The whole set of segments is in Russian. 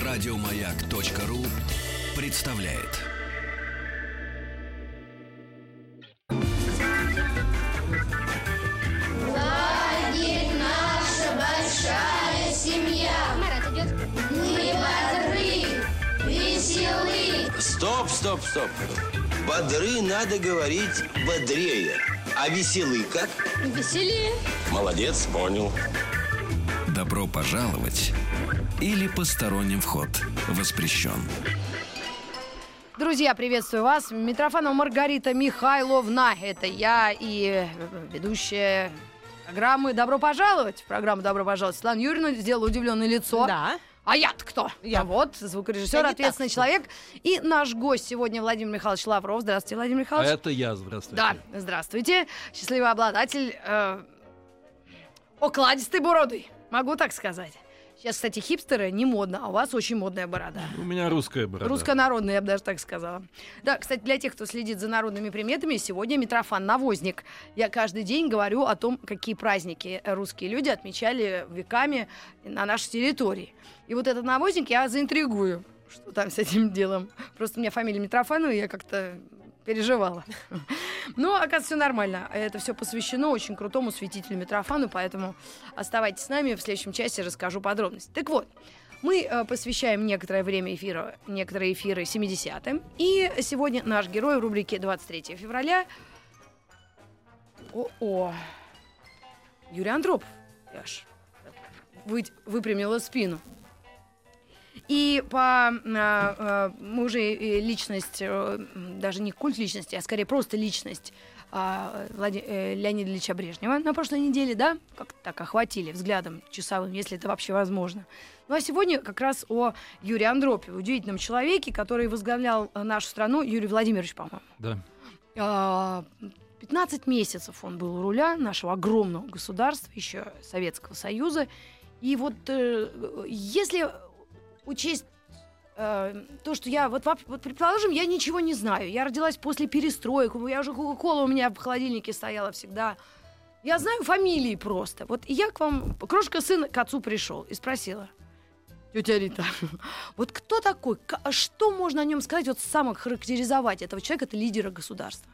Радиомаяк.ру представляет. Ладит наша большая семья. Мы бодры, веселы. Стоп. Бодры надо говорить бодрее. А веселы как? Веселее. Молодец, понял. Добро пожаловать или посторонним вход воспрещен. Друзья, приветствую вас. Митрофанова Маргарита Михайловна. Это я и ведущая программы «Добро пожаловать». В программу «Добро пожаловать» Светлана Юрьевна сделала удивленное лицо. Да. А я-то кто? Я. Вот, звукорежиссер, ответственный человек. И наш гость сегодня Владимир Михайлович Лавров. Здравствуйте, Владимир Михайлович. Это я, здравствуйте. Да, здравствуйте. Счастливый обладатель окладистой бороды, могу так сказать. Сейчас, кстати, хипстеры не модно, а у вас очень модная борода. У меня русская борода. Русско-народная, я бы даже так сказала. Да, кстати, для тех, кто следит за народными приметами, сегодня Митрофан Навозник. Я каждый день говорю о том, какие праздники русские люди отмечали веками на нашей территории. И вот этот навозник я заинтригую, что там с этим делом. Просто у меня фамилия Митрофанова, и я как-то переживала. Но, оказывается, все нормально. Это все посвящено очень крутому святителю Митрофану, поэтому оставайтесь с нами, в следующем часе расскажу подробности. Так вот, мы посвящаем некоторое время эфира, некоторые эфиры 70-м. И сегодня наш герой в рубрике 23 февраля. Юрий Андропов. Я аж выпрямила спину. И мы уже личность, даже не культ личности, а скорее просто личность Леонида Ильича Брежнева на прошлой неделе, да, как-то так охватили взглядом часовым, если это вообще возможно. Ну а сегодня как раз о Юрии Андропове, удивительном человеке, который возглавлял нашу страну, Юрий Владимирович, по-моему. Да. 15 месяцев он был у руля нашего огромного государства, еще Советского Союза. И вот если учесть то, что я... Вот, предположим, я ничего не знаю. Я родилась после перестроек. Я уже Кока-Кола у меня в холодильнике стояла всегда. Я знаю фамилии просто. Вот и я к вам... Крошка сын к отцу пришел и спросила. Тетя Рита, вот кто такой? Что можно о нем сказать, вот самое характеризовать этого человека, это лидера государства?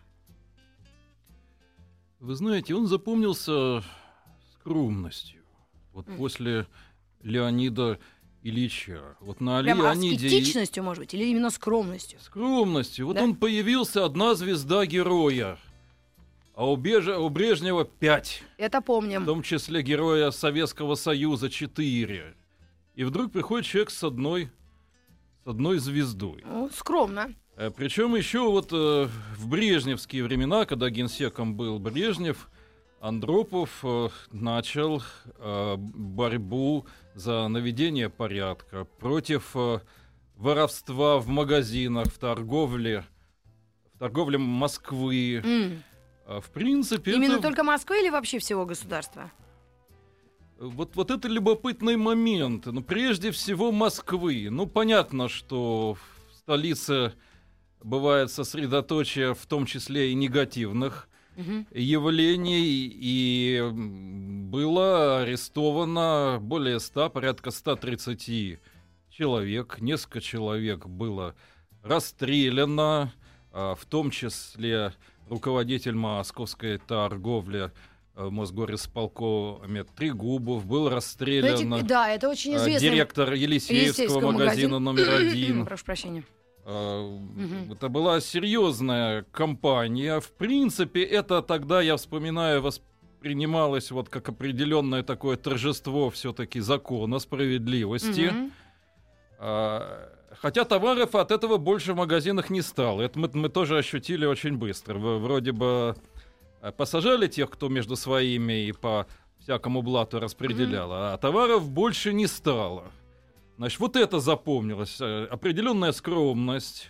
Вы знаете, он запомнился скромностью. Вот после Леонида Ильича. Вот на Прямо Леониде... аскетичностью, может быть, или именно скромностью? Скромностью. Вот Да? он появился, одна звезда героя. А у Брежнева 5. Это помним. В том числе героя Советского Союза 4. И вдруг приходит человек с одной звездой. Ну, скромно. Причем еще вот в брежневские времена, когда генсеком был Брежнев, Андропов начал борьбу за наведение порядка против воровства в магазинах, в торговле Москвы. В принципе, Именно только Москвы или вообще всего государства? Вот это любопытный момент. Ну, прежде всего Москвы. Ну, понятно, что в столице бывает сосредоточие, в том числе и негативных явлений, и было арестовано более 100, порядка 130 человек. Несколько человек было расстреляно, в том числе руководитель московской торговли Мосгорисполкоме Трегубов был расстрелян. Да, это очень известно. Директор Елисеевского магазина номер 1. Прошу прощения. Это была серьезная кампания. В принципе, это тогда, я вспоминаю, воспринималось вот как определенное такое торжество все-таки закона, справедливости. Хотя товаров от этого больше в магазинах не стало. Это мы тоже ощутили очень быстро. Вроде бы посажали тех, кто между своими и по всякому блату распределял, а товаров больше не стало. Значит, вот это запомнилось. Определенная скромность.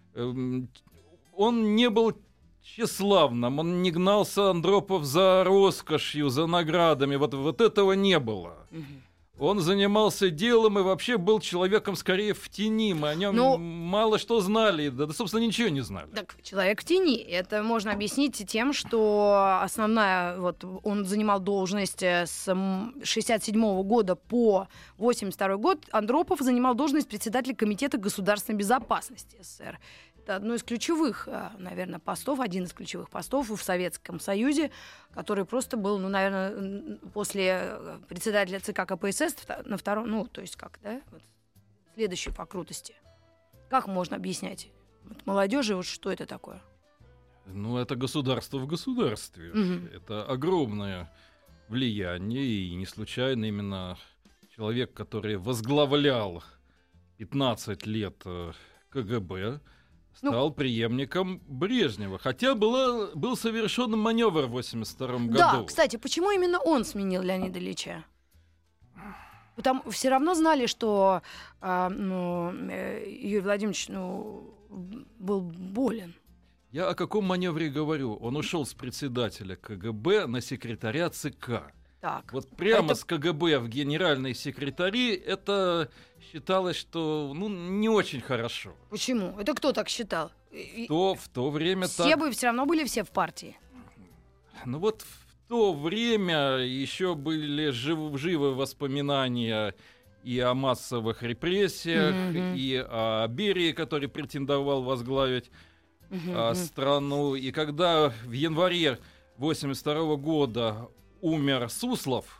Он не был тщеславным, он не гнался, Андропов, за роскошью, за наградами. Вот этого не было. Он занимался делом и вообще был человеком скорее в тени. Мы о нем мало что знали, да, собственно, ничего не знали. Так, человек в тени. Это можно объяснить тем, что основная, вот он занимал должность с 67 года по 82 год. Андропов занимал должность председателя Комитета государственной безопасности СССР. Это одно из ключевых, наверное, постов, один из ключевых постов в Советском Союзе, который просто был, ну, наверное, после председателя ЦК КПСС на втором, ну, то есть как, да, вот, следующий по крутости. Как можно объяснять вот, молодежи, вот что это такое? Ну, это государство в государстве. Это огромное влияние, и не случайно именно человек, который возглавлял 15 лет КГБ, стал преемником Брежнева. Хотя был совершен маневр в 1982 году. Да, кстати, почему именно он сменил Леонида Ильича? Там все равно знали, что Юрий Владимирович был болен. Я о каком маневре говорю? Он ушел с председателя КГБ на секретаря ЦК. Так. Вот прямо с КГБ в генеральные секретари это считалось, что не очень хорошо. Почему? Это кто так считал? В то время все так... бы все равно были все в партии. Ну вот в то время еще были живы воспоминания и о массовых репрессиях, и о Берии, который претендовал возглавить страну. И когда в январе 1982 года умер Суслов,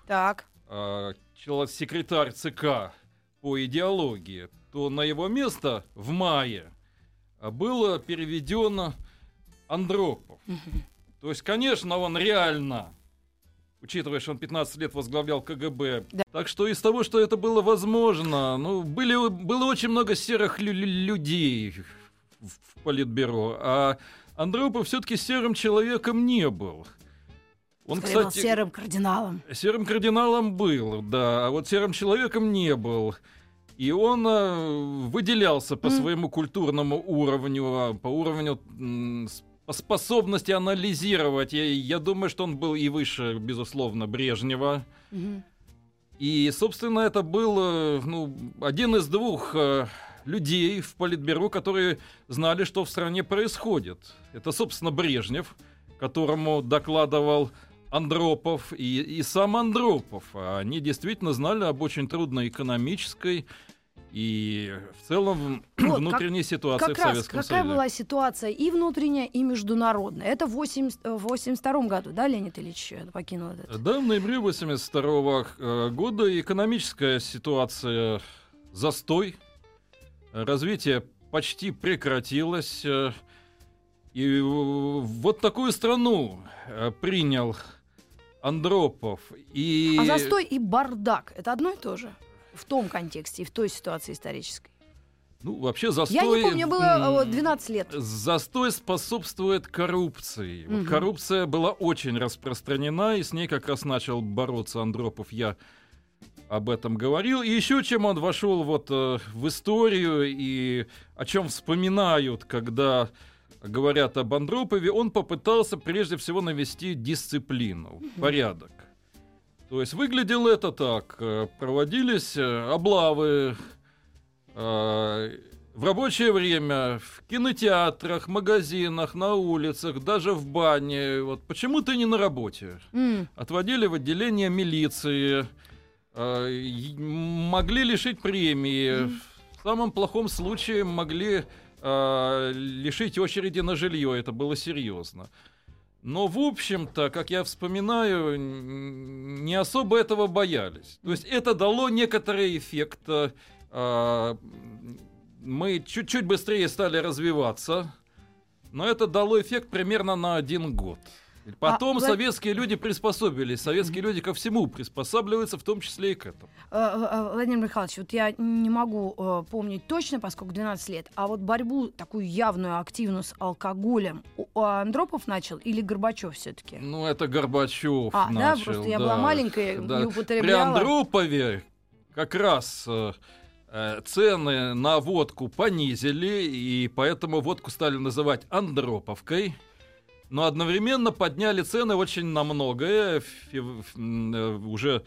секретарь ЦК по идеологии, то на его место в мае было переведен Андропов. То есть, конечно, он реально, учитывая, что он 15 лет возглавлял КГБ, так что из того, что это было возможно, было очень много серых людей в Политбюро, а Андропов все-таки серым человеком не был. Он, кстати, был серым кардиналом. Серым кардиналом был, да, а вот серым человеком не был. И он выделялся по своему культурному уровню, по уровню по способности анализировать. Я думаю, что он был и выше, безусловно, Брежнева. И, собственно, это был один из двух людей в Политбюро, которые знали, что в стране происходит. Это, собственно, Брежнев, которому докладывал Андропов и сам Андропов. Они действительно знали об очень трудной экономической и в целом внутренней ситуации в Советском Союзе. Какая была ситуация и внутренняя, и международная? Это в 1982 году, да, Леонид Ильич покинул этот? Да, в ноябре 1982 года экономическая ситуация застой, развитие почти прекратилось. И вот такую страну принял Андропов. А застой и бардак — это одно и то же? В том контексте и в той ситуации исторической. Вообще застой... Я не помню, мне было 12 лет. Застой способствует коррупции. Вот коррупция была очень распространена, и с ней как раз начал бороться Андропов. Я об этом говорил. И еще чем он вошел в историю, и о чем вспоминают, когда говорят об Андропове, он попытался прежде всего навести дисциплину, порядок. То есть выглядело это так. Проводились облавы в рабочее время в кинотеатрах, магазинах, на улицах, даже в бане. Почему ты не на работе? Отводили в отделение милиции, могли лишить премии. В самом плохом случае могли лишить очереди на жилье. Это было серьезно. Но, в общем-то, как я вспоминаю, не особо этого боялись. То есть это дало некоторый эффект. Мы чуть-чуть быстрее стали развиваться, но это дало эффект примерно на 1 год. Потом советские люди приспособились. Советские люди ко всему приспосабливаются, в том числе и к этому. Владимир Михайлович, я не могу помнить точно, поскольку 12 лет, а борьбу такую явную, активную с алкоголем Андропов начал или Горбачев все-таки? Это Горбачев начал. Да, просто я была маленькая, не употребляла. При Андропове как раз цены на водку понизили, и поэтому водку стали называть Андроповкой. Но одновременно подняли цены очень на многое. Уже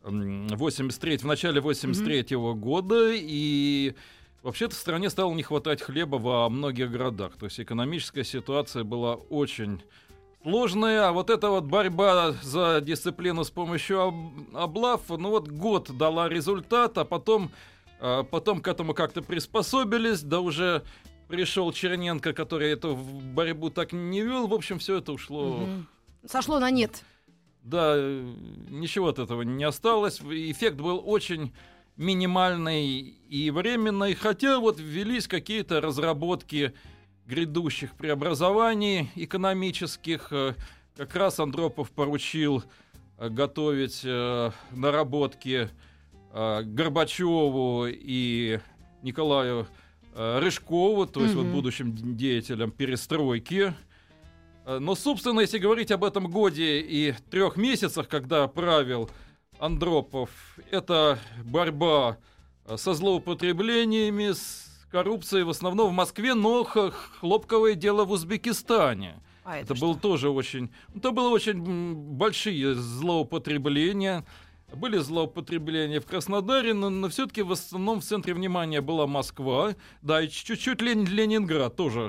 в начале 83-го года, и вообще-то в стране стало не хватать хлеба во многих городах. То есть экономическая ситуация была очень сложная, а вот эта вот борьба за дисциплину с помощью облав, ну вот год дала результат, а потом к этому как-то приспособились, да уже пришел Черненко, который эту борьбу так не вел, в общем, все это ушло... Сошло на нет. Да, ничего от этого не осталось. Эффект был очень минимальный и временный, хотя вот ввелись какие-то разработки грядущих преобразований экономических. Как раз Андропов поручил готовить наработки Горбачеву и Николаю Рыжкову, то есть вот будущим деятелям перестройки. Но, собственно, если говорить об этом годе и 3 месяцах, когда правил Андропов, это борьба со злоупотреблениями, с коррупцией в основном в Москве, но хлопковое дело в Узбекистане. Это было тоже очень... Это было очень большие злоупотребления. Были злоупотребления в Краснодаре, но все-таки в основном в центре внимания была Москва. Да, и чуть-чуть Ленинград тоже.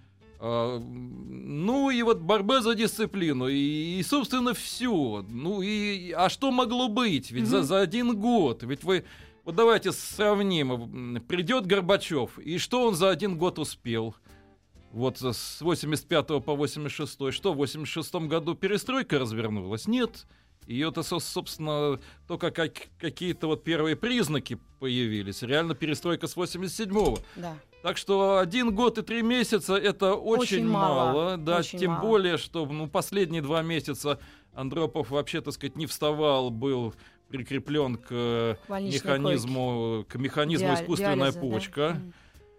Ну и вот борьба за дисциплину, и собственно, все. А что могло быть? Ведь за 1 год, ведь вот давайте сравним. Придет Горбачев, и что он за 1 год успел? Вот с 85 по 86. Что, в 86 году перестройка развернулась? Нет. Ее-то, собственно, только какие-то вот первые признаки появились. Реально перестройка с 87-го. Да. Так что 1 год и 3 месяца — это очень мало. Да, очень тем мало. Более, что последние 2 месяца Андропов вообще, так сказать, не вставал, был прикреплен к механизму искусственная почка. Да.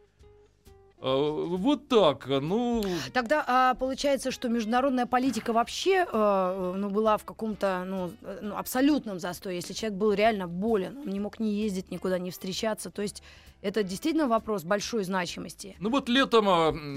Вот так. Тогда получается, что международная политика вообще была в каком-то абсолютном застое. Если человек был реально болен, он не мог ни ездить, никуда не встречаться. То есть это действительно вопрос большой значимости. Вот летом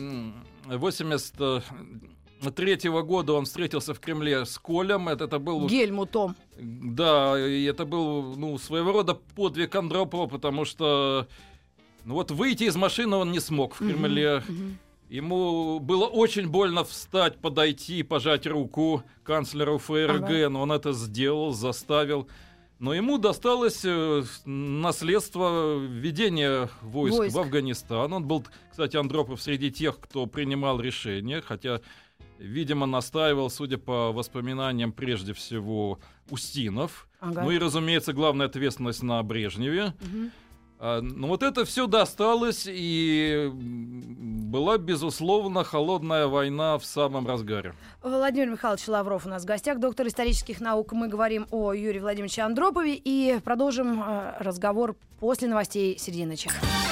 83-го года он встретился в Кремле с Колем. Это был... Гельмутом. Да, и это был своего рода подвиг Андропова, потому что выйти из машины он не смог в Кремле. Ему было очень больно встать, подойти, пожать руку канцлеру ФРГ, но он это сделал, заставил. Но ему досталось наследство введения войск в Афганистан. Он был, кстати, Андропов среди тех, кто принимал решения, хотя, видимо, настаивал, судя по воспоминаниям, прежде всего Устинов. И, разумеется, главная ответственность на Брежневе. Но вот это все досталось, и была, безусловно, холодная война в самом разгаре. Владимир Михайлович Лавров у нас в гостях, доктор исторических наук. Мы говорим о Юрии Владимировиче Андропове и продолжим разговор после новостей середины часа.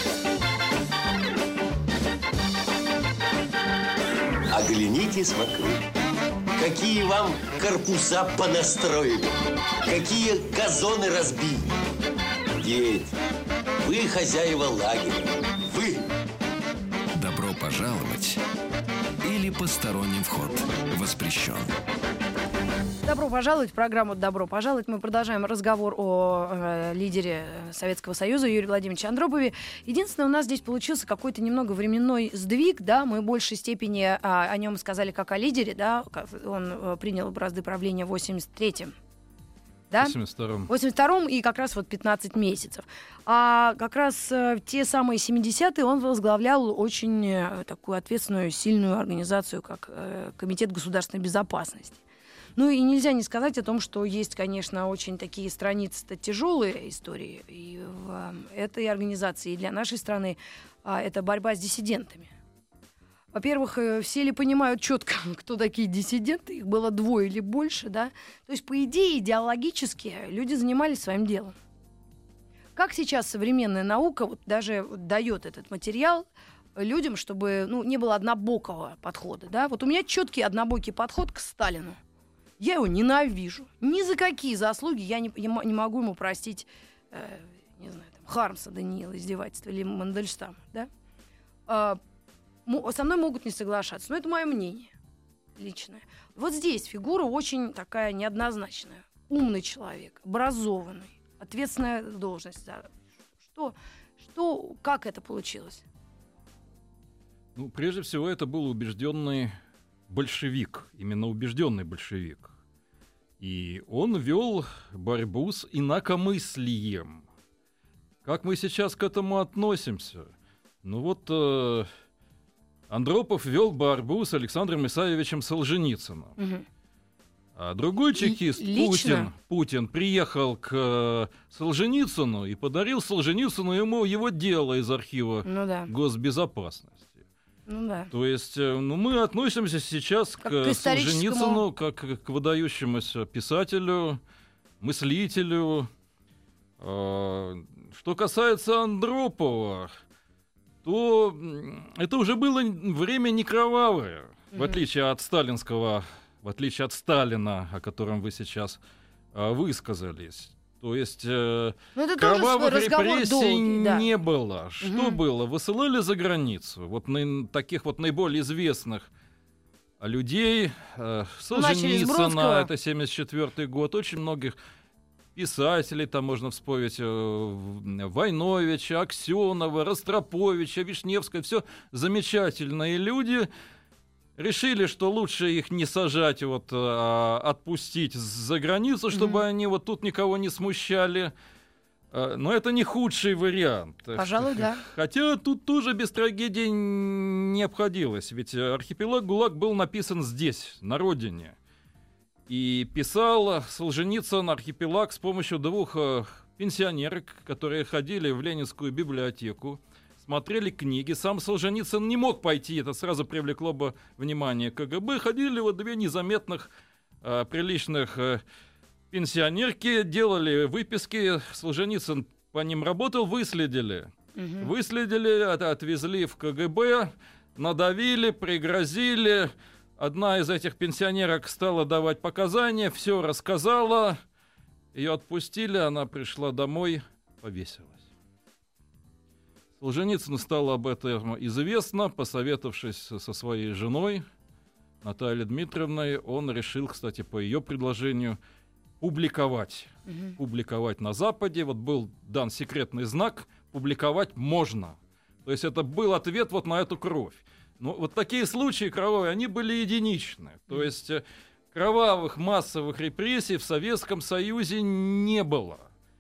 Оглянитесь вокруг. Какие вам корпуса понастроили, какие газоны разбили. Дети, вы хозяева лагеря, вы. Добро пожаловать или посторонним вход воспрещен. Добро пожаловать в программу «Добро пожаловать». Мы продолжаем разговор о лидере Советского Союза Юрии Владимировиче Андропове. Единственное, у нас здесь получился какой-то немного временной сдвиг, да, мы в большей степени о нем сказали как о лидере, да, он принял бразды правления в 83-м. Да? 82-м и как раз 15 месяцев. А как раз те самые 70-е он возглавлял очень такую ответственную, сильную организацию, как Комитет государственной безопасности. И нельзя не сказать о том, что есть, конечно, очень такие страницы-то тяжелые истории и в этой организации, и для нашей страны это борьба с диссидентами. Во-первых, все ли понимают четко, кто такие диссиденты? Их было 2 или больше, да? То есть, по идее, идеологически люди занимались своим делом. Как сейчас современная наука даже дает этот материал людям, чтобы не было однобокого подхода, да? У меня четкий однобокий подход к Сталину. Я его ненавижу. Ни за какие заслуги я не могу ему простить, не знаю, Хармса Даниила, издевательства или Мандельштама, да? Со мной могут не соглашаться, но это мое мнение личное. Вот здесь фигура очень такая неоднозначная. умный человек, образованный, ответственная должность. Как это получилось? Ну, прежде всего, это был убежденный большевик, именно убежденный большевик. И он вел борьбу с инакомыслием. Как мы сейчас к этому относимся? Ну вот Андропов вел борьбу с Александром Исаевичем Солженицыным. Угу. А другой чекист, Путин, приехал к Солженицыну и подарил Солженицыну его дело из архива госбезопасности. Ну, да. То есть мы относимся сейчас к Солженицыну как к выдающемуся писателю, мыслителю. Что касается Андропова, то это уже было время не кровавое, в отличие от Сталина, о котором вы сейчас высказались. То есть кровавых репрессий не было. Что было? Высылали за границу. Вот таких вот наиболее известных людей. Солженицына, это 1974 год. Очень многих писателей, там можно вспомнить Войновича, Аксенова, Ростроповича, Вишневского. Все замечательные люди. Решили, что лучше их не сажать, отпустить за границу, чтобы они вот тут никого не смущали. Но это не худший вариант. Пожалуй, да. Хотя тут тоже без трагедии не обходилось. Ведь «Архипелаг ГУЛАГ» был написан здесь, на родине. И писал Солженицын «Архипелаг» с помощью двух пенсионерок, которые ходили в Ленинскую библиотеку, смотрели книги. Сам Солженицын не мог пойти, это сразу привлекло бы внимание КГБ. Ходили вот две незаметных, приличных пенсионерки, делали выписки. Солженицын по ним работал, выследили. Выследили, отвезли в КГБ, надавили, пригрозили. Одна из этих пенсионерок стала давать показания, все рассказала. Ее отпустили, она пришла домой, повесилась. Солженицыну стало об этом известно. Посоветовавшись со своей женой Натальей Дмитриевной, он решил, кстати, по ее предложению, публиковать на Западе. Вот был дан секретный знак: публиковать можно. То есть это был ответ вот на эту кровь. Но вот такие случаи кровавые, они были единичны. То есть кровавых массовых репрессий в Советском Союзе не было.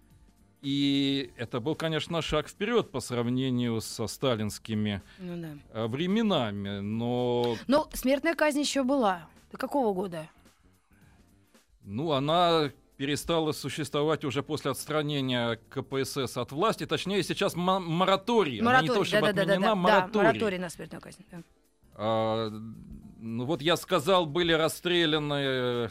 И это был, конечно, шаг вперед по сравнению со сталинскими временами. Но смертная казнь еще была. До какого года? Ну, она перестала существовать уже после отстранения КПСС от власти. Точнее, сейчас мораторий. Она не то, чтобы отменена, мораторий на смертную казнь. Да. Ну вот я сказал, были расстреляны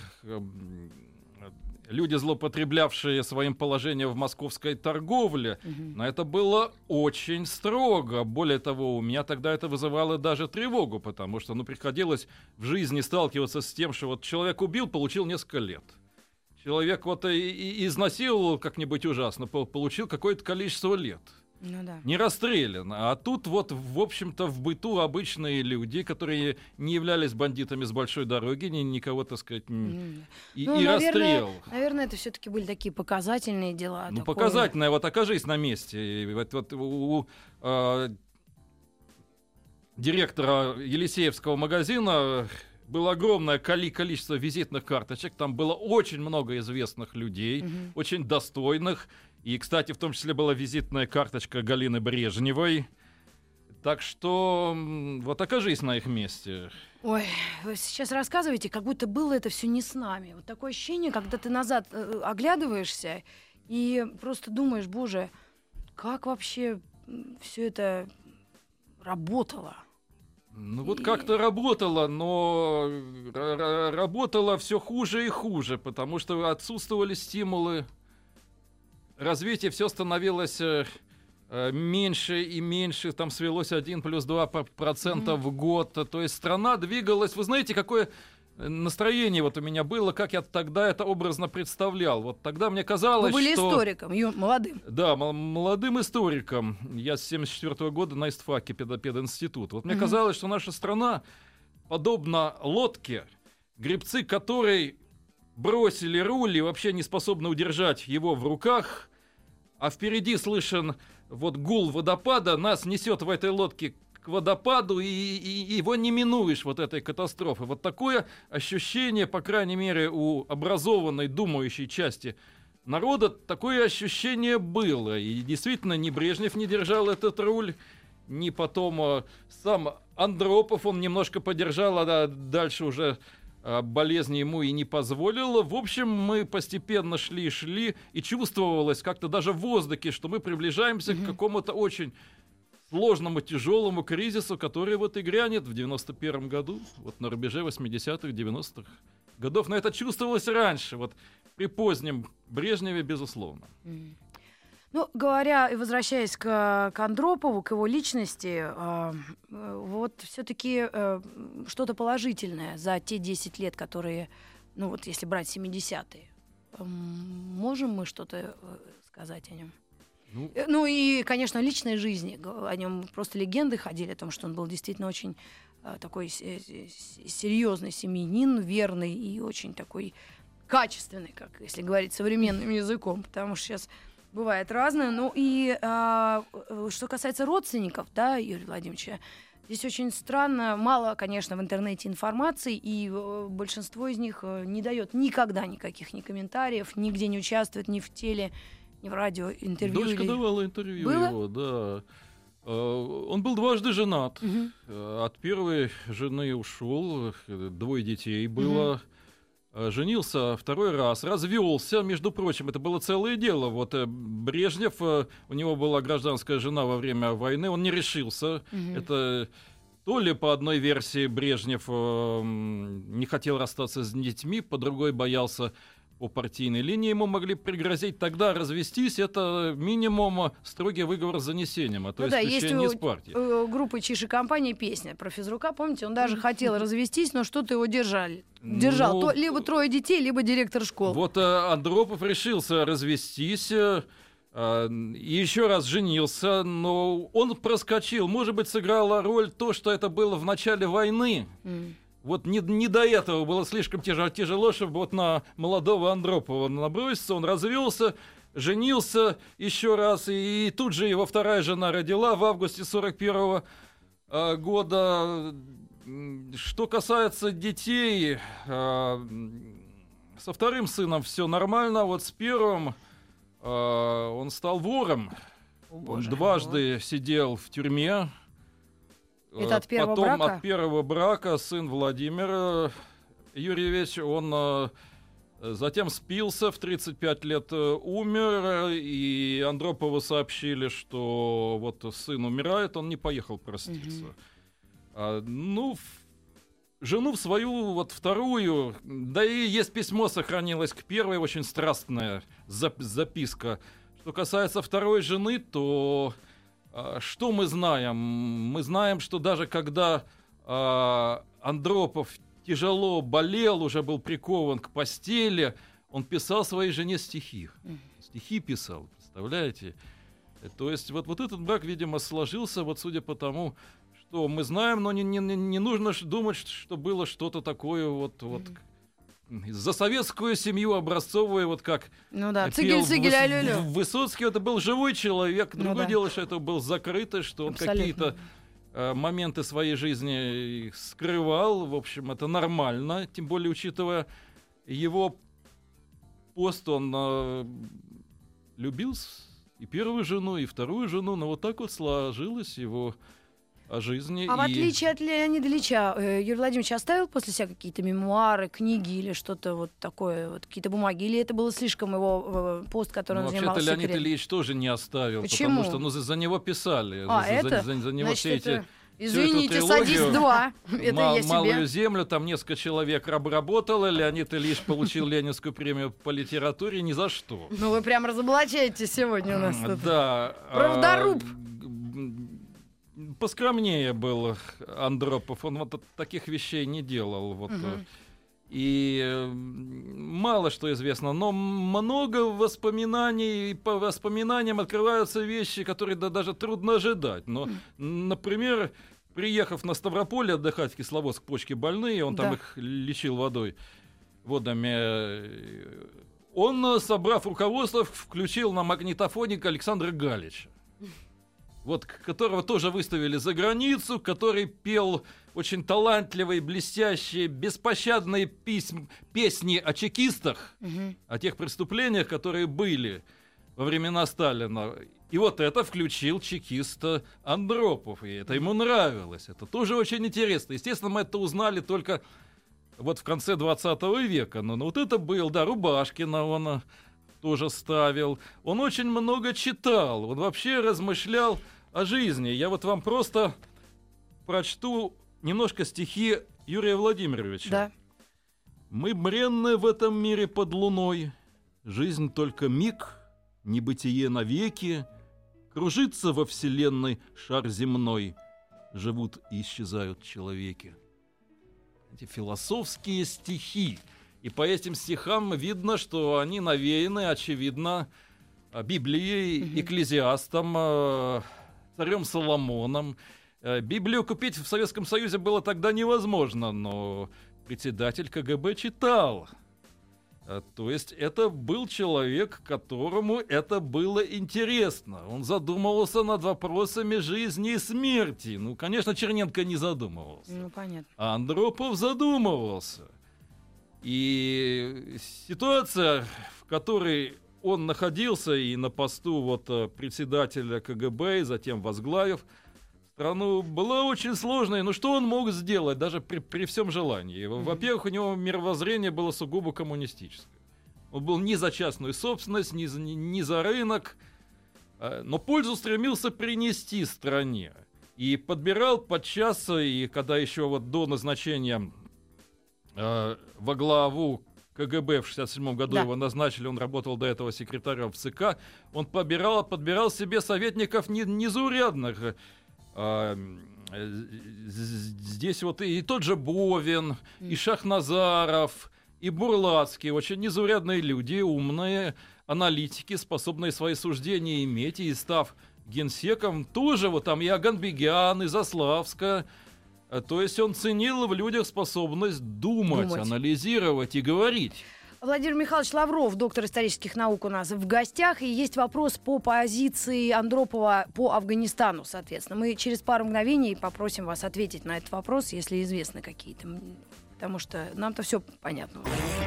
люди, злоупотреблявшие своим положением в московской торговле. Но это было очень строго. Более того, у меня тогда это вызывало даже тревогу, потому что приходилось в жизни сталкиваться с тем, что вот человек убил, получил несколько лет. Человек и изнасиловал как-нибудь ужасно, получил какое-то количество лет. Не расстрелян. А тут в общем-то, в быту обычные люди, которые не являлись бандитами с большой дороги, никого, так сказать, и расстрел. Наверное, это все-таки были такие показательные дела. Показательные. Вот окажись на месте. У директора Елисеевского магазина было огромное количество визитных карточек. Там было очень много известных людей, очень достойных. И, кстати, в том числе была визитная карточка Галины Брежневой. Так что вот окажись на их месте. Ой, вы сейчас рассказываете, как будто было это все не с нами. Вот такое ощущение, когда ты назад оглядываешься и просто думаешь: боже, как вообще все это работало? Ну вот как-то работало, но работало все хуже и хуже, потому что отсутствовали стимулы. Развитие все становилось меньше и меньше, там свелось 1 плюс 2% в год. То есть страна двигалась. Вы знаете, какое настроение вот у меня было, как я тогда это образно представлял. Вот тогда мне казалось, что... Вы были историком, молодым. Да, молодым историком. Я с 1974 года на ИСТФАКе пединститут. Вот мне казалось, что наша страна подобна лодке, гребцы которой бросили руль и вообще не способны удержать его в руках, а впереди слышен вот гул водопада, нас несет в этой лодке к водопаду, и его не минуешь, вот этой катастрофы. Вот такое ощущение, по крайней мере, у образованной, думающей части народа, такое ощущение было. И действительно, ни Брежнев не держал этот руль, ни потом сам Андропов, он немножко подержал, а дальше уже болезнь ему и не позволила. В общем, мы постепенно шли, и чувствовалось как-то даже в воздухе, что мы приближаемся к какому-то очень сложному, тяжелому кризису, который вот и грянет в 91 году, вот на рубеже 80-х, 90-х годов. Но это чувствовалось раньше, вот при позднем Брежневе, безусловно. Ну, говоря и возвращаясь к Андропову, к его личности, вот все-таки что-то положительное за те 10 лет, которые, ну вот если брать 70-е, можем мы что-то сказать о нем? Ну и, конечно, личной жизни. О нем просто легенды ходили о том, что он был действительно очень такой серьезный семьянин, верный и очень такой качественный, как если говорить современным языком, потому что сейчас бывает разное. Ну и что касается родственников, да, Юрия Владимировича, здесь очень странно, мало, конечно, в интернете информации, и большинство из них не дает никогда никаких ни комментариев, нигде не участвует ни в теле, ни в радио, интервью. Дочка давала интервью его, да. Он был дважды женат. От первой жены ушел, 2 детей было. Женился 2 раз, развелся, между прочим, это было целое дело. Вот Брежнев, у него была гражданская жена во время войны, он не решился. Это то ли по одной версии Брежнев не хотел расстаться с детьми, по другой боялся по партийной линии ему могли пригрозить. Тогда развестись — это минимум строгий выговор с занесением, а то исключение из партии. Есть у группы «Чиж и компания» песня про физрука, помните? Он даже хотел развестись, но что-то его держал. То либо 3 детей, либо директор школы. Вот Андропов решился развестись, и еще раз женился, но он проскочил. Может быть, сыграла роль то, что это было в начале войны. Вот не до этого было слишком тяжело, чтобы вот на молодого Андропова наброситься. Он развелся, женился еще раз, и тут же его 2-я жена родила в августе 41 года. Что касается детей, со 2-м сыном все нормально, вот с 1-м он стал вором. Он дважды сидел в тюрьме. Это от первого Потом брака? От первого брака сын Владимир Юрьевич, он затем спился, в 35 лет умер, и Андропову сообщили, что вот сын умирает, он не поехал проститься. Жену свою, вот 2-ю, да и есть письмо, сохранилось к 1-й, очень страстная записка. Что касается 2-й жены, то что мы знаем? Мы знаем, что даже когда Андропов тяжело болел, уже был прикован к постели, он писал своей жене стихи. Стихи писал, представляете? То есть вот этот брак, видимо, сложился, вот судя по тому, что мы знаем, но не нужно думать, что было что-то такое вот за советскую семью образцовую, вот как пел Высоцкий, это был живой человек. Другое дело, что это был закрытый, что он какие-то моменты своей жизни скрывал. В общем, это нормально, тем более учитывая его пост, он любил и 1-ю жену, и 2-ю жену, но вот так вот сложилось его о жизни. В отличие от Леонида Ильича, Юрий Владимирович оставил после себя какие-то мемуары, книги или что-то вот такое, вот какие-то бумаги? Или это было слишком его пост, который он занимал вообще-то Леонид Ильич тоже не оставил. Почему? Потому что за него писали. За него значит, все эти... Извините, «Садись 2». Это я себе. «Малую землю», там несколько человек работало. Леонид Ильич получил Ленинскую премию по литературе ни за что. Ну вы прям разоблачаете сегодня у нас тут. Да. Правдоруб. Поскромнее был Андропов, он вот таких вещей не делал. Вот. И мало что известно, но много воспоминаний, и по воспоминаниям открываются вещи, которые даже трудно ожидать. Но, например, приехав на Ставрополь отдыхать в Кисловодск, почки больные, он там их лечил водой, водами. Он, собрав руководство, включил на магнитофоник Александра Галича, вот, которого тоже выставили за границу, который пел очень талантливые, блестящие, беспощадные песни о чекистах, о тех преступлениях, которые были во времена Сталина. И вот это включил чекист Андропов, и это ему нравилось. Это тоже очень интересно. Естественно, мы это узнали только вот в конце 20 века. Но вот это был, да, Рубашкина он тоже ставил. Он очень много читал, он вообще размышлял о жизни. Я вот вам просто прочту немножко стихи Юрия Владимировича. Да. «Мы бренны в этом мире под луной, жизнь только миг, небытие навеки, кружится во вселенной шар земной, живут и исчезают человеки». Эти философские стихи. И по этим стихам видно, что они навеяны, очевидно, Библией, Экклезиастом, царем Соломоном. Библию купить в Советском Союзе было тогда невозможно, но председатель КГБ читал. То есть это был человек, которому это было интересно. Он задумывался над вопросами жизни и смерти. Ну, конечно, Черненко не задумывался. Ну, понятно. А Андропов задумывался. И ситуация, в которой он находился и на посту вот председателя КГБ, и затем возглавив страну, была очень сложной. Но что он мог сделать, даже при всем желании? Во-первых, у него мировоззрение было сугубо коммунистическое. Он был ни за частную собственность, ни за рынок, но пользу стремился принести стране. И подбирал подчас, и когда еще вот до назначения во главу КГБ в 1967 году его назначили, он работал до этого секретарем в ЦК, он подбирал себе советников незаурядных. Здесь вот и тот же Бовин, и Шахназаров, и Бурлацкий, очень незаурядные люди, умные аналитики, способные свои суждения иметь, и став генсеком, тоже вот там и Аганбегян, и Заславская. То есть он ценил в людях способность думать, анализировать и говорить. Владимир Михайлович Лавров, доктор исторических наук, у нас в гостях. И есть вопрос по позиции Андропова по Афганистану, соответственно. Мы через пару мгновений попросим вас ответить на этот вопрос, если известны какие-то. Потому что нам-то все понятно.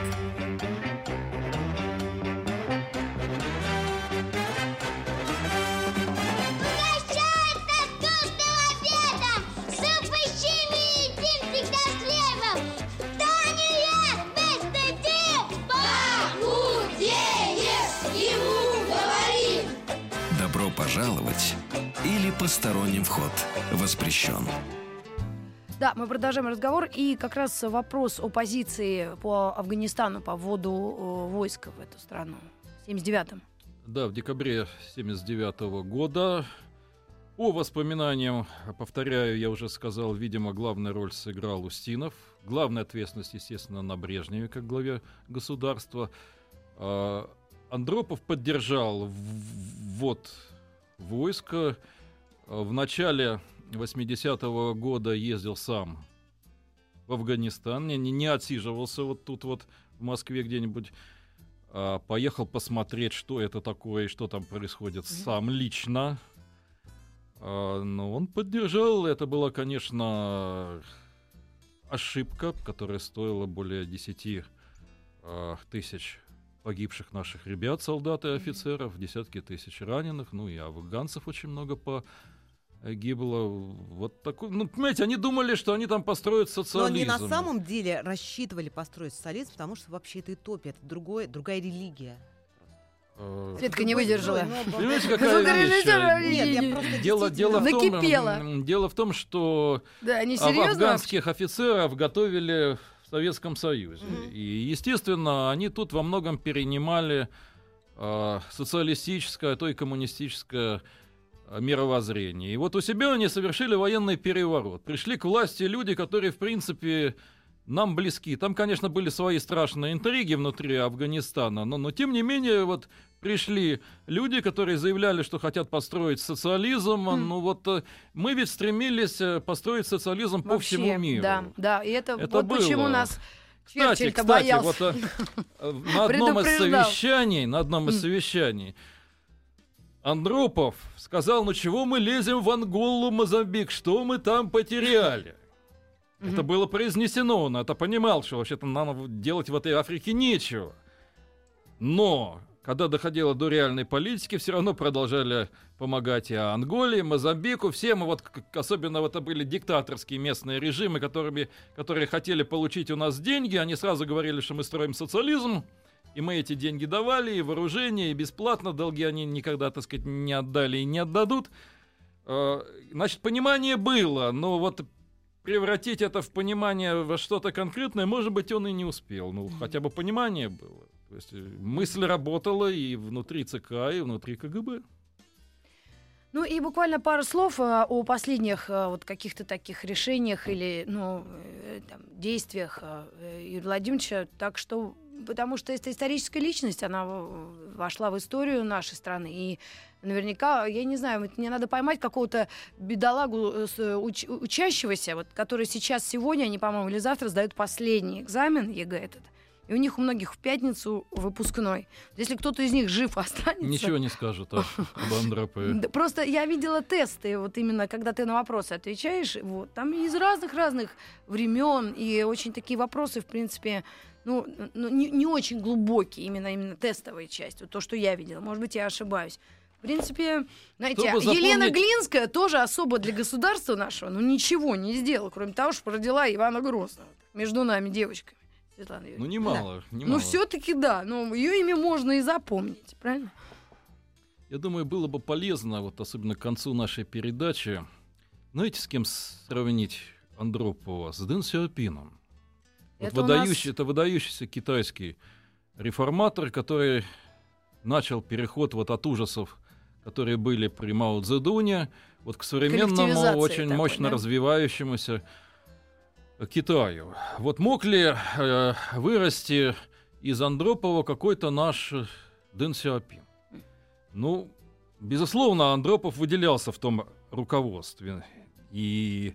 Добро пожаловать или посторонним вход воспрещен. Да, мы продолжаем разговор. И как раз вопрос о позиции по Афганистану, по вводу войск в эту страну в 79-м. Да, в декабре 79-го года. По воспоминаниям, повторяю, я уже сказал, видимо, главную роль сыграл Устинов. Главная ответственность, естественно, на Брежневе, как главе государства. Андропов поддержал ввод войска. В начале 80-го года ездил сам в Афганистан, не отсиживался вот тут вот в Москве где-нибудь. Поехал посмотреть, что это такое и что там происходит сам лично. Но он поддержал. Это была, конечно, ошибка, которая стоила более 10 тысяч погибших наших ребят, солдат и офицеров, десятки тысяч раненых, ну и афганцев очень много погибло. Вот такой, ну, понимаете, они думали, что они там построят социализм. Но они на самом деле рассчитывали построить социализм, потому что вообще это утопия, это другая религия. Светка не выдержала. Понимаете, какая вещь? Дело в том, что афганских офицеров готовили в Советском Союзе. И, естественно, они тут во многом перенимали социалистическое, а то и коммунистическое мировоззрение. И вот у себя они совершили военный переворот. Пришли к власти люди, которые, в принципе, нам близки. Там, конечно, были свои страшные интриги внутри Афганистана, но тем не менее, вот пришли люди, которые заявляли, что хотят построить социализм. Ну вот мы ведь стремились построить социализм по всему миру. Да, и это вот было. Почему нас Черчилль-то боялся. вот на одном из совещаний Андропов сказал: ну чего мы лезем в Анголу, Мозамбик, что мы там потеряли? Это было произнесено, он это понимал, что вообще-то нам делать в этой Африке нечего. Но когда доходило до реальной политики, все равно продолжали помогать и Анголе, и Мозамбику, всем, вот, особенно это были диктаторские местные режимы, которые хотели получить у нас деньги, они сразу говорили, что мы строим социализм, и мы эти деньги давали, и вооружение, и бесплатно, долги они никогда, так сказать, не отдали и не отдадут. Значит, понимание было, но вот превратить это в понимание во что-то конкретное, может быть, он и не успел, ну, хотя бы понимание было. То есть мысль работала и внутри ЦК, и внутри КГБ. Ну и буквально пару слов о последних вот каких-то таких решениях или там, действиях Юрия Владимировича. Так что, потому что это историческая личность, она вошла в историю нашей страны. И наверняка, я не знаю, мне надо поймать какого-то бедолагу учащегося, вот, который сегодня, они, по-моему, или завтра сдают последний экзамен ЕГЭ этот. И у них у многих в пятницу выпускной. Если кто-то из них жив останется... Ничего не скажет об Андропове. Просто я видела тесты, вот именно когда ты на вопросы отвечаешь, вот, там из разных времен, и очень такие вопросы, в принципе, не очень глубокие, именно тестовая часть, вот то, что я видела. Может быть, я ошибаюсь. В принципе, знаете, Елена Глинская тоже особо для государства нашего, ничего не сделала, кроме того, что родила Ивана Грозного. Между нами девочками. Ну, немало. Ну, все-таки да. Но ее имя можно и запомнить, правильно? Я думаю, было бы полезно, вот особенно к концу нашей передачи, знаете, с кем сравнить Андропова? С Дэн Сяопином. Это выдающийся китайский реформатор, который начал переход вот от ужасов, которые были при Мао Цзэдуне, вот к современному, очень мощно развивающемуся Китаю. Вот мог ли вырасти из Андропова какой-то наш Дэн Сяопин? Ну, безусловно, Андропов выделялся в том руководстве. И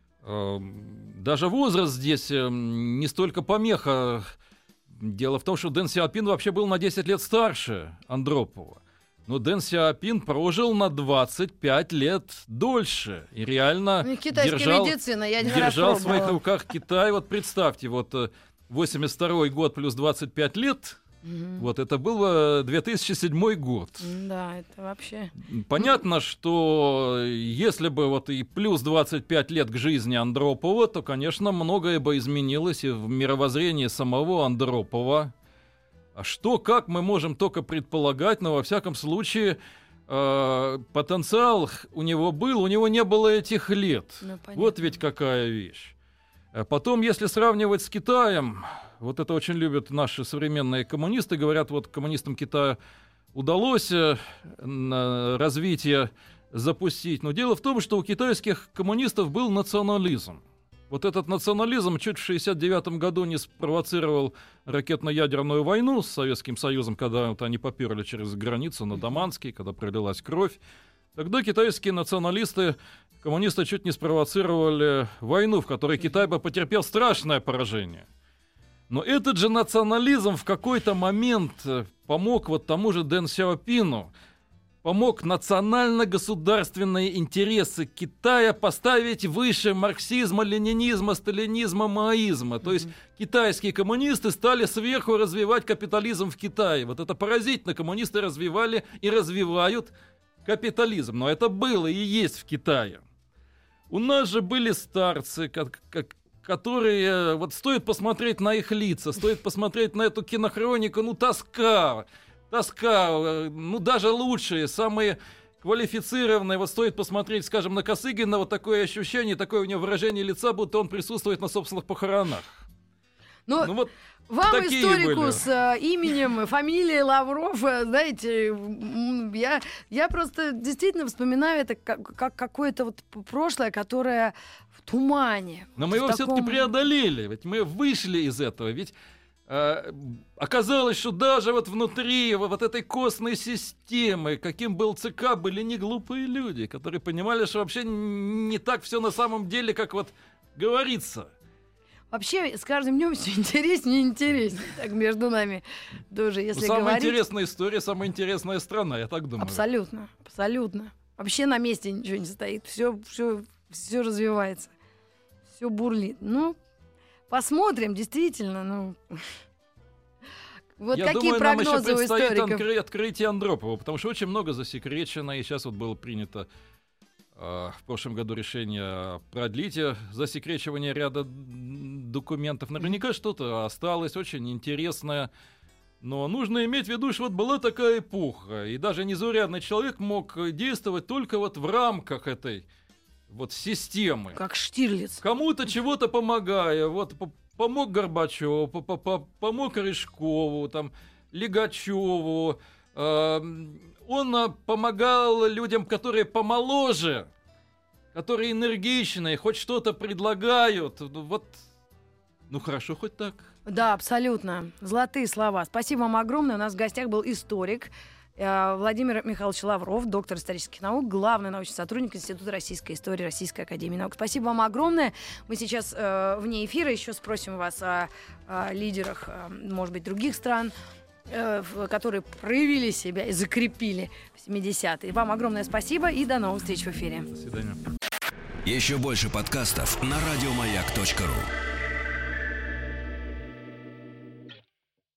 даже возраст здесь не столько помеха. Дело в том, что Дэн Сяопин вообще был на 10 лет старше Андропова. Но Дэн Сяопин прожил на 25 лет дольше и реально держал в своих руках Китай. Вот представьте, вот 82 год плюс 25 лет, вот это был 2007 год. Да, это вообще... Понятно, что если бы вот и плюс 25 лет к жизни Андропова, то, конечно, многое бы изменилось и в мировоззрении самого Андропова. А что, как мы можем только предполагать, но во всяком случае потенциал у него был, у него не было этих лет. Вот ведь какая вещь. Потом, если сравнивать с Китаем, вот это очень любят наши современные коммунисты, говорят, вот коммунистам Китая удалось развитие запустить. Но дело в том, что у китайских коммунистов был национализм. Вот этот национализм чуть в 1969 году не спровоцировал ракетно-ядерную войну с Советским Союзом, когда вот они поперли через границу на Даманский, когда пролилась кровь. Тогда китайские националисты, коммунисты чуть не спровоцировали войну, в которой Китай бы потерпел страшное поражение. Но этот же национализм в какой-то момент помог вот тому же Дэн Сяопину, помог национально-государственные интересы Китая поставить выше марксизма, ленинизма, сталинизма, маоизма. То есть китайские коммунисты стали сверху развивать капитализм в Китае. Вот это поразительно. Коммунисты развивали и развивают капитализм. Но это было и есть в Китае. У нас же были старцы, которые... Вот стоит посмотреть на их лица, стоит посмотреть на эту кинохронику, тоска, даже лучшие, самые квалифицированные. Вот стоит посмотреть, скажем, на Косыгина, вот такое ощущение, такое у него выражение лица, будто он присутствует на собственных похоронах. Вот вам, историку были. С именем, фамилией Лавров, знаете, я просто действительно вспоминаю это как какое-то вот прошлое, которое в тумане. Но мы его все-таки преодолели, ведь мы вышли из этого, ведь оказалось, что даже вот внутри вот этой костной системы, каким был ЦК, были не глупые люди, которые понимали, что вообще не так все на самом деле, как вот говорится. Вообще, с каждым днем все интереснее и интереснее. Так между нами тоже, если Самая говорить. интересная история, самая интересная страна, я так думаю. Абсолютно, абсолютно. Вообще на месте ничего не стоит. Все развивается. Все бурлит. Ну, посмотрим, действительно. Ну. Вот я какие думаю, прогнозы нам еще у предстоит историков? открытие Андропова, потому что очень много засекречено, и сейчас вот было принято в прошлом году решение продлить засекречивание ряда документов. Наверняка что-то осталось очень интересное, но нужно иметь в виду, что вот была такая эпоха, и даже незаурядный человек мог действовать только вот в рамках этой вот системы. Как Штирлиц. Кому-то чего-то помогая, вот помог Горбачеву, помог Рыжкову, там, Лигачеву. Он помогал людям, которые помоложе, которые энергичные, хоть что-то предлагают. Вот, ну хорошо, хоть так. Да, абсолютно. Золотые слова. Спасибо вам огромное. У нас в гостях был историк Владимир Михайлович Лавров, доктор исторических наук, главный научный сотрудник Института российской истории Российской академии наук. Спасибо вам огромное. Мы сейчас вне эфира еще спросим вас о лидерах, может быть, других стран, которые проявили себя и закрепили в 70-е. Вам огромное спасибо и до новых встреч в эфире. До свидания. Еще больше подкастов на радиомаяк.ру.